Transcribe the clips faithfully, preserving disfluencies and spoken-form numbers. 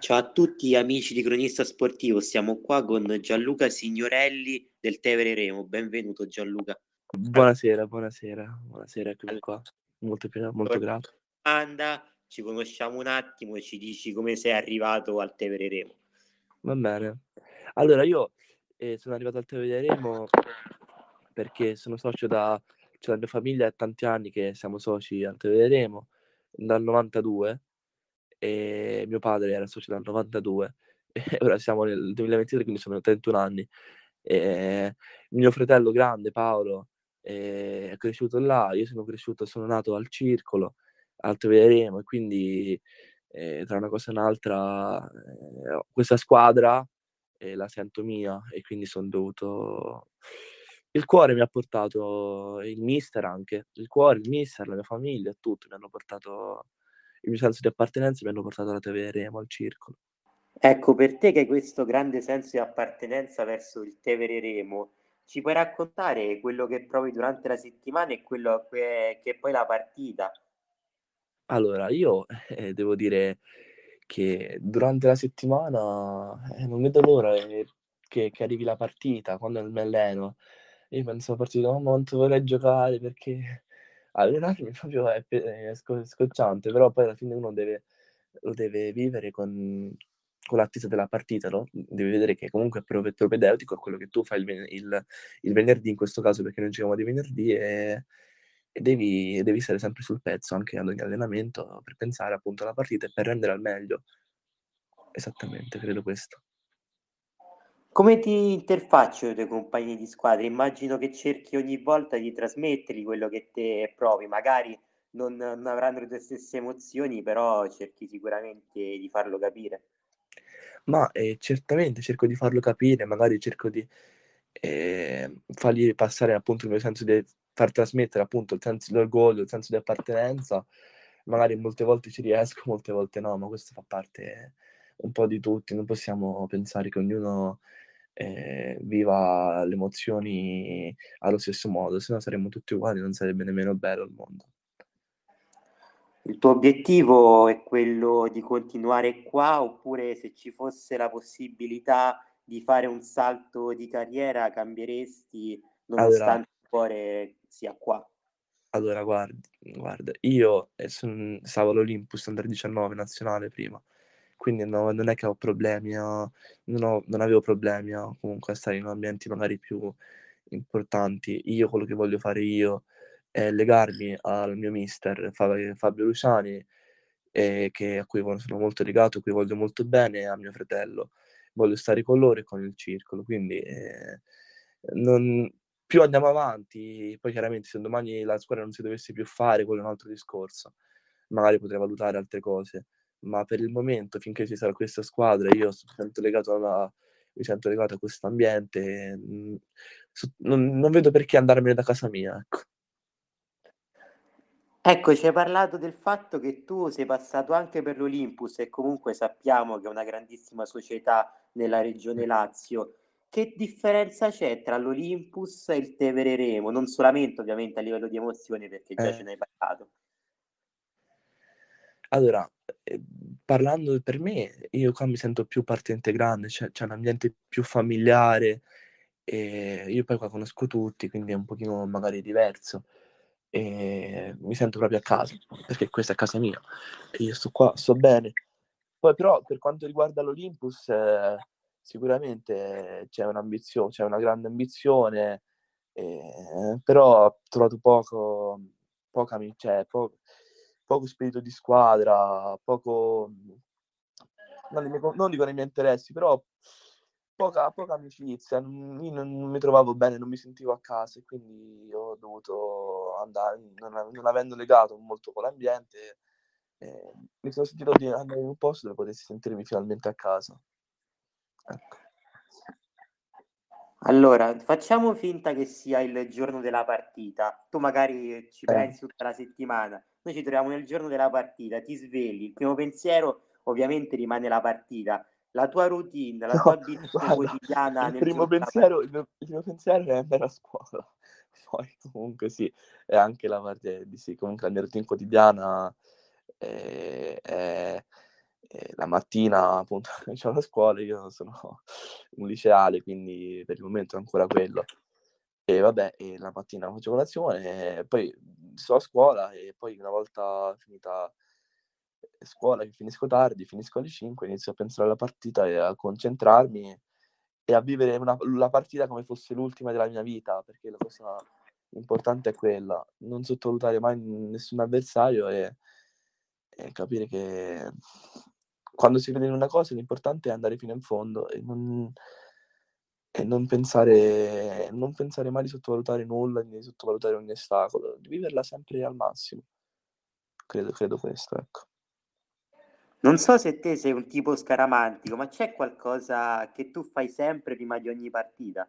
Ciao a tutti amici di Cronista Sportivo, siamo qua con Gianluca Signorelli del Tevere Remo. Benvenuto Gianluca. Buonasera, buonasera, buonasera, eccomi Allora, qua. Molto, pi- molto grato. domanda, ci conosciamo un attimo e ci dici come sei arrivato al Tevere Remo. Va bene. Allora, io eh, sono arrivato al Tevere Remo perché sono socio da... cioè la mia famiglia è tanti anni che siamo soci al Tevere Remo, dal novantadue, e mio padre era socio dal novantadue, e ora siamo nel duemilaventitré, quindi sono trentuno anni. E mio fratello grande, Paolo, eh, è cresciuto là, io sono cresciuto, sono nato al circolo, al Tevere Remo, e quindi eh, tra una cosa e un'altra eh, questa squadra eh, la sento mia, e quindi sono dovuto... Il cuore mi ha portato, il mister anche, il cuore, il mister, la mia famiglia, tutto mi hanno portato, il mio senso di appartenenza mi hanno portato alla Tevere Remo, al circolo. Ecco, per te che hai questo grande senso di appartenenza verso il Tevere Remo, ci puoi raccontare quello che provi durante la settimana e quello che, che è poi la partita? Allora, io eh, devo dire che durante la settimana eh, non vedo l'ora eh, che, che arrivi la partita, quando mi alleno. Io penso alla partita, oh, ma quanto vorrei giocare, perché allenarmi proprio è, pe- è sco- scocciante, però poi alla fine uno deve, lo deve vivere con, con l'attesa della partita, no? Devi vedere che comunque è pro- propedeutico a quello che tu fai il, ven- il- il venerdì, in questo caso, perché noi giochiamo di venerdì, e, e devi, devi stare sempre sul pezzo anche ad ogni allenamento per pensare appunto alla partita e per rendere al meglio. Esattamente, credo questo. Come ti interfacci con i tuoi compagni di squadra? Immagino che cerchi ogni volta di trasmettergli quello che te provi, magari non, non avranno le tue stesse emozioni, però cerchi sicuramente di farlo capire. Ma eh, certamente cerco di farlo capire, magari cerco di eh, fargli passare appunto il mio senso di far trasmettere appunto il senso dell'orgoglio, il senso di appartenenza. Magari molte volte ci riesco, molte volte no, ma questo fa parte un po' di tutti. Non possiamo pensare che ognuno eh, viva le emozioni allo stesso modo, se no saremmo tutti uguali, non sarebbe nemmeno bello il mondo. Il tuo obiettivo è quello di continuare qua, oppure se ci fosse la possibilità di fare un salto di carriera, cambieresti Allora, nonostante il cuore sia qua? Allora, guardi, guarda, io eh, son- stavo all'Olympus Under diciannove nazionale prima, quindi no- non è che ho problemi, a- non, ho- non avevo problemi a comunque a stare in ambienti magari più importanti. Io quello che voglio fare io è legarmi al mio mister Fa- Fabio Luciani, e che- a cui sono molto legato, a cui voglio molto bene, e a mio fratello. Voglio stare con loro e con il circolo, quindi eh, non- più andiamo avanti, poi chiaramente se domani la squadra non si dovesse più fare, quello è un altro discorso. Magari potrei valutare altre cose, ma per il momento, finché ci sarà questa squadra, io mi sento legato alla- mi sento legato a questo ambiente, e, mh, su- non, non vedo perché andarmene da casa mia, ecco. Ecco, ci hai parlato del fatto che tu sei passato anche per l'Olympus e comunque sappiamo che è una grandissima società nella regione Lazio. Che differenza c'è tra l'Olympus e il Tevere Remo? Non solamente ovviamente a livello di emozione, perché già ce Eh, ne hai parlato. Allora, eh, parlando per me, io qua mi sento più parte integrante, c'è, c'è un ambiente più familiare, e io poi qua conosco tutti, quindi è un pochino magari diverso, e mi sento proprio a casa, perché questa è casa mia, e io sto qua, sto bene. Poi però per quanto riguarda l'Olympus, eh, sicuramente c'è un'ambizione, c'è una grande ambizione, eh, però ho trovato poco, poca, ami- cioè, po- poco spirito di squadra, poco, non, nei miei- non dico nei miei interessi, però poca, poca amicizia. Non- Io non, non mi trovavo bene, non mi sentivo a casa, e quindi ho dovuto andare, non, non avendo legato molto con l'ambiente, eh, mi sono sentito di andare in un posto dove potessi sentirmi finalmente a casa. Ecco. Allora, facciamo finta che sia il giorno della partita. Tu magari ci Eh. pensi tutta la settimana. Noi ci troviamo nel giorno della partita, ti svegli, il primo pensiero ovviamente rimane la partita. La tua routine, la tua No, abitudine guarda, quotidiana il nel primo giorno della partita. pensiero, il mio, il mio pensiero è andare a scuola. Poi comunque sì, è anche la parte di sì, comunque la mia routine quotidiana eh, è, E la mattina appunto c'ho la scuola, io sono un liceale, quindi per il momento è ancora quello. E vabbè, e la mattina faccio colazione, e poi sto a scuola e poi una volta finita scuola, che finisco tardi, finisco alle cinque, inizio a pensare alla partita e a concentrarmi e a vivere una la partita come fosse l'ultima della mia vita, perché la cosa importante è quella, non sottovalutare mai nessun avversario e e capire che quando si crede in una cosa l'importante è andare fino in fondo e non e non pensare non pensare mai di sottovalutare nulla, né di sottovalutare ogni ostacolo, di viverla sempre al massimo. Credo credo questo, ecco. Non so se te sei un tipo scaramantico, ma c'è qualcosa che tu fai sempre prima di ogni partita?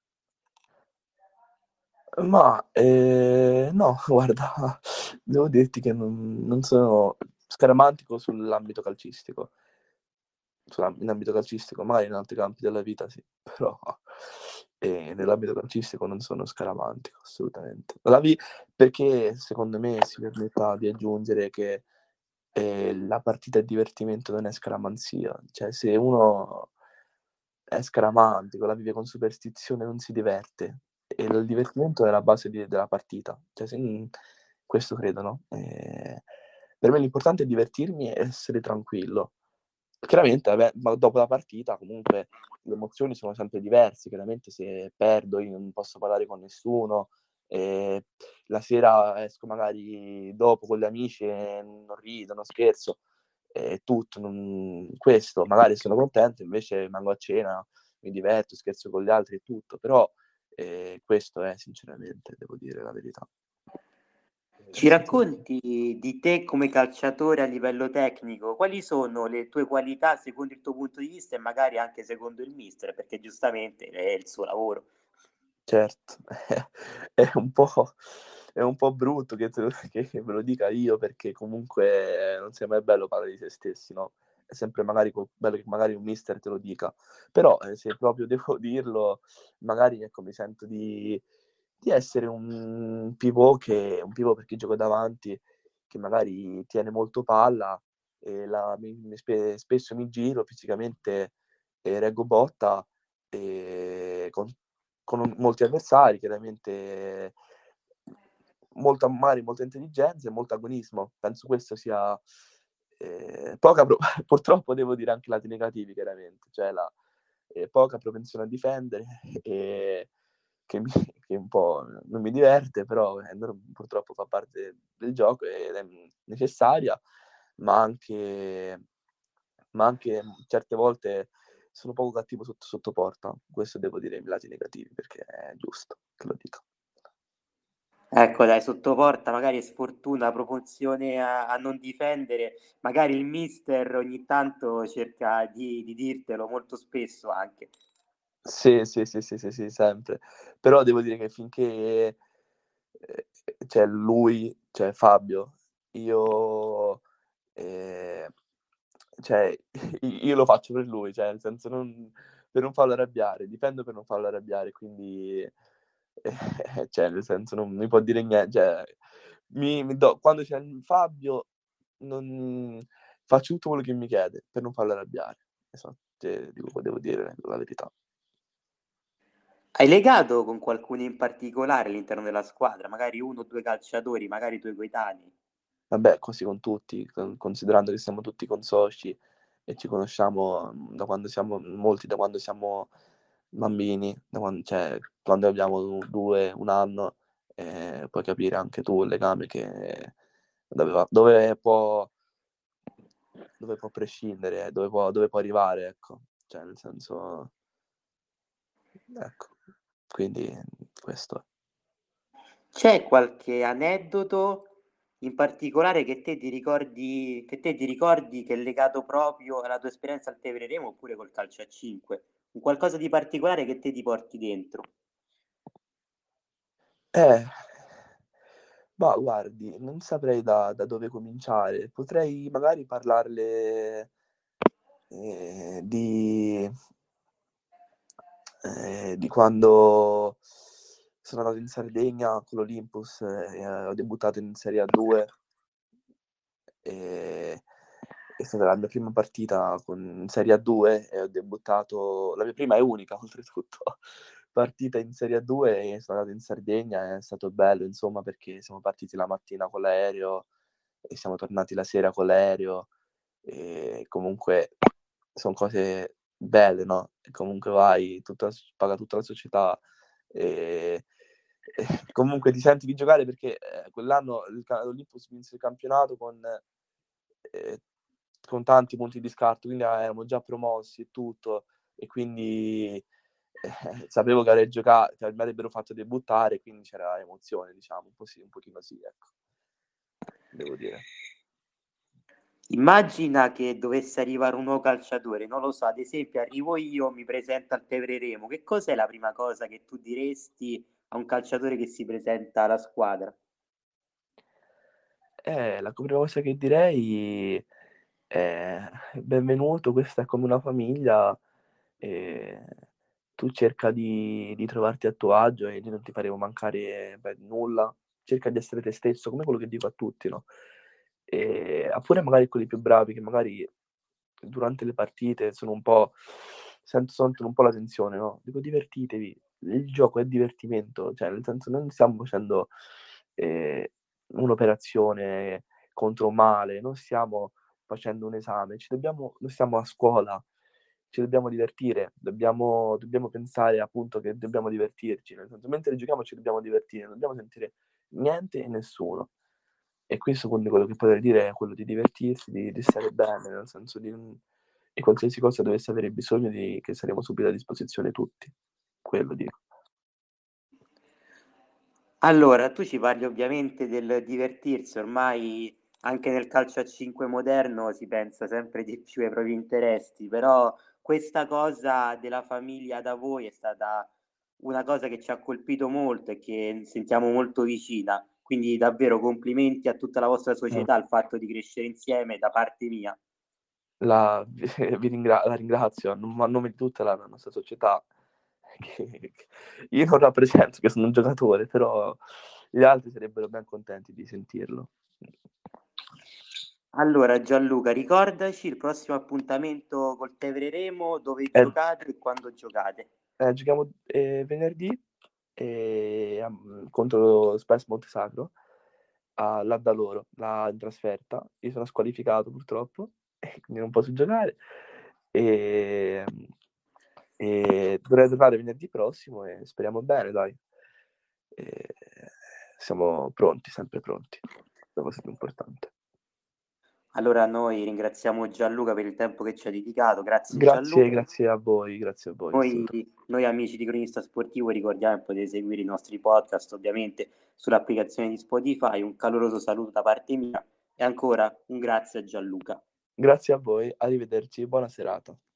Ma, ehm, no, guarda, devo dirti che non non sono scaramantico sull'ambito calcistico. Sulla in ambito calcistico, magari in altri campi della vita sì, però, ehm, nell'ambito calcistico non sono scaramantico, assolutamente. La vi perché secondo me si permetta di aggiungere che, ehm, la partita è divertimento, non è scaramanzia. Cioè, se uno è scaramantico, la vive con superstizione, non si diverte. E il divertimento è la base di della partita. Cioè, se mhmm, questo credo, no, ehm, per me l'importante è divertirmi e essere tranquillo. Chiaramente vabbè, ma dopo la partita comunque le emozioni sono sempre diverse. Chiaramente se perdo io non posso parlare con nessuno, ehm, la sera esco magari dopo con gli amici e non rido, non scherzo e tutto, non questo. Magari sono contento, invece rimango a cena, mi diverto, scherzo con gli altri e tutto, però, ehm, questo è sinceramente, devo dire la verità. Ehm, Ci sì, sì. racconti di te come calciatore a livello tecnico? Quali sono le tue qualità secondo il tuo punto di vista e magari anche secondo il mister, perché giustamente è il suo lavoro. Certo, è un po' è un po' brutto che te lo che ve lo dica io, perché comunque non sia mai bello parlare di se stessi, no, è sempre magari co bello che magari un mister te lo dica. Però, ehm, se proprio devo dirlo, magari ecco mi sento di di essere un pivot che un pivot perché gioco davanti, che magari tiene molto palla e la mi mi spe spesso mi giro fisicamente e reggo botta, ehm, con con molti avversari, chiaramente molta magari molta intelligenza e molto agonismo. Penso questo sia, ehm, poca pro purtroppo devo dire anche lati negativi chiaramente, cioè la ehm, poca propensione a difendere, ehm, che mi che un po' non mi diverte, però eh, nor purtroppo fa parte del gioco ed è, mhmm, necessaria, ma anche ma anche, mhmm, certe volte sono poco cattivo sotto sotto porta. Questo devo dire i lati negativi, perché è giusto che lo dica. Ecco dai, sotto porta magari è sfortuna, propensione a a non difendere, magari il mister ogni tanto cerca di di dirtelo, molto spesso anche. Sì, sì, sì, sì, sì, sì, sempre. Però devo dire che finché, ehm, c'è lui, cioè Fabio, io, ehm, cioè i io lo faccio per lui, cioè nel senso non per non farlo arrabbiare, difendo per non farlo arrabbiare, quindi, eh, cioè nel senso non mi può dire nie cioè mi mi do quando c'è il Fabio non faccio tutto quello che mi chiede per non farlo arrabbiare. Esa cioè dico devo dire la verità. Hai legato con qualcuno in particolare all'interno della squadra? Magari uno o due calciatori, magari tuoi coetanei? Vabbè, quasi con tutti, con considerando che siamo tutti consocii e ci conosciamo, mhmm, da quando siamo molti da quando siamo bambini, da quan cioè quando abbiamo due, un anno, ehm, puoi capire anche tu il legame che dove va dove può dove può prescindere, dove può dove può arrivare, ecco. Cioè nel senso ecco, quindi questo è. C'è qualche aneddoto in particolare che te ti ricordi che te ti ricordi che è legato proprio alla tua esperienza al Tevere Remo oppure col calcio a cinque? Un qualcosa di particolare che te ti porti dentro? Eh, ma guardi, non saprei da da dove cominciare. Potrei magari parlarle, ehm, di ehm, di quando sono andato in Sardegna con l'Olympus e ho debuttato in Serie A due, ehm, è stata la mia prima partita con in Serie A due e ho debuttato la mia prima e unica oltretutto partita in Serie A due e sono andato in Sardegna, è stato bello insomma perché siamo partiti la mattina con l'aereo e siamo tornati la sera con l'aereo e comunque son cose belle, no, e comunque vai, tutta s paga tutta la società, e e comunque ti senti di giocare perché, ehm, quell'anno il ca l'Olympus vinse il campionato con ehm, con tanti punti di scarto, quindi a eravamo già promossi e tutto, e quindi, eh, sapevo che avrei gioca che mi avrebbero fatto debuttare, quindi c'era emozione diciamo, un po' sì, un pochino sì, ecco. Devo dire. Immagina che dovesse arrivare un nuovo calciatore, non lo so, ad esempio arrivo io, mi presento al Tevereremo, che cos'è la prima cosa che tu diresti a un calciatore che si presenta alla squadra? Eh, la prima cosa che direi è: "Benvenuto, questa è come una famiglia, ehm, tu cerca di di trovarti a tuo agio e noi non ti faremo mancare, beh, nulla. Cerca di essere te stesso", come quello che dico a tutti, no, ehm, a pure magari quelli più bravi che magari durante le partite sono un po' sent sentono un po' la tensione, no, dico: "Divertitevi, il gioco è divertimento", cioè nel senso non stiamo facendo, ehm, un'operazione contro un male, non stiamo facendo un esame, ci dobbiamo noi stiamo a scuola, ci dobbiamo divertire, dobbiamo dobbiamo pensare appunto che dobbiamo divertirci, nel senso mentre giochiamo ci dobbiamo divertire, non dobbiamo sentire niente e nessuno. E questo quindi quello che potrei dire è quello di divertirsi, di di stare bene, nel senso di non e qualsiasi cosa dovesse avere bisogno di che saremo subito a disposizione tutti. Quello dico. Allora, tu ci parli ovviamente del divertirsi, ormai anche nel calcio a cinque moderno si pensa sempre di più ai propri interessi, però questa cosa della famiglia da voi è stata una cosa che ci ha colpito molto e che sentiamo molto vicina. Quindi davvero complimenti a tutta la vostra Mh. società al fatto di crescere insieme da parte mia. La vi ringra la ringrazio a nom a nome di tutta la nostra società che che io non rappresento, che sono un giocatore, però gli altri sarebbero ben contenti di sentirlo. Mh. Allora Gianluca, ricordaci il prossimo appuntamento col Tevere Remo, dove Eh giocate e quando giocate. Eh, giochiamo, ehm, venerdì, ehm, a mhmm, contro Spes Montesagro a Laddaloro, là in trasferta. Io sono squalificato purtroppo e quindi non posso giocare. Ehm, e dovrei giocare venerdì prossimo e speriamo bene dai. Ehm, siamo pronti, sempre pronti. La cosa più importante. Allora noi ringraziamo Gianluca per il tempo che ci ha dedicato. Grazie Grazie, Gianluca. grazie a voi, grazie a voi, è Noi stato noi amici di Cronista Sportivo ricordiamo che potete seguire i nostri podcast ovviamente sull'applicazione di Spotify. Un caloroso saluto da parte mia e ancora un grazie a Gianluca. grazie a voi, arrivederci, buona serata.